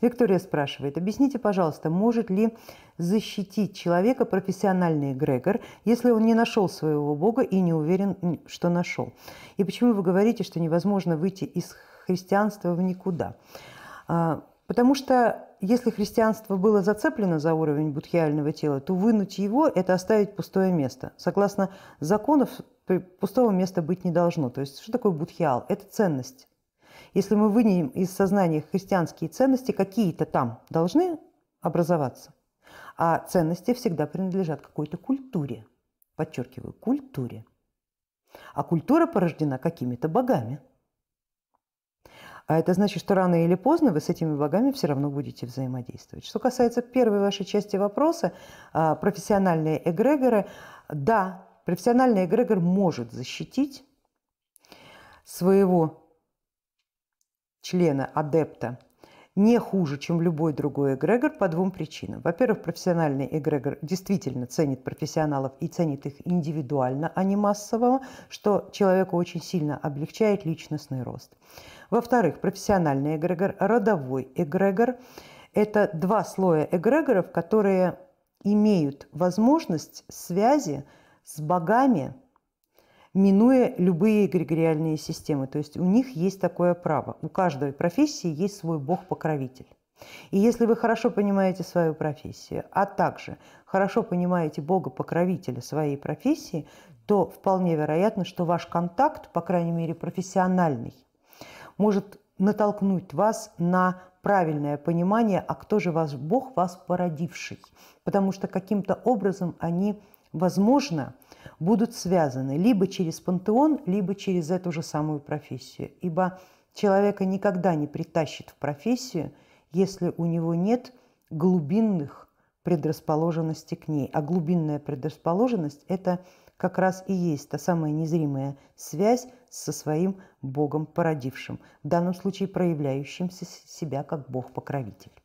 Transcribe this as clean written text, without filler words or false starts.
Виктория спрашивает, объясните, пожалуйста, может ли защитить человека профессиональный эгрегор, если он не нашел своего Бога и не уверен, что нашел? И почему вы говорите, что невозможно выйти из христианства в никуда? Потому что если христианство было зацеплено за уровень будхиального тела, то вынуть его – это оставить пустое место. Согласно законов, пустого места быть не должно. То есть что такое будхиал? Это ценность. Если мы вынем из сознания христианские ценности, какие-то там должны образоваться. А ценности всегда принадлежат какой-то культуре. Подчеркиваю, культуре. А культура порождена какими-то богами. А это значит, что рано или поздно вы с этими богами все равно будете взаимодействовать. Что касается первой вашей части вопроса, профессиональные эгрегоры, да, профессиональный эгрегор может защитить своего члена, адепта, не хуже, чем любой другой эгрегор по двум причинам. Во-первых, профессиональный эгрегор действительно ценит профессионалов и ценит их индивидуально, а не массово, что человеку очень сильно облегчает личностный рост. Во-вторых, профессиональный эгрегор, родовой эгрегор – это два слоя эгрегоров, которые имеют возможность связи с богами, минуя любые эгрегориальные системы. То есть у них есть такое право. У каждой профессии есть свой бог-покровитель. И если вы хорошо понимаете свою профессию, а также хорошо понимаете бога-покровителя своей профессии, то вполне вероятно, что ваш контакт, по крайней мере профессиональный, может натолкнуть вас на правильное понимание, а кто же ваш Бог, вас породивший. Потому что каким-то образом они, возможно, будут связаны либо через пантеон, либо через эту же самую профессию. Ибо человека никогда не притащит в профессию, если у него нет глубинных предрасположенностей к ней. А глубинная предрасположенность – это как раз и есть та самая незримая связь со своим Богом породившим, в данном случае проявляющимся себя как Бог-покровитель.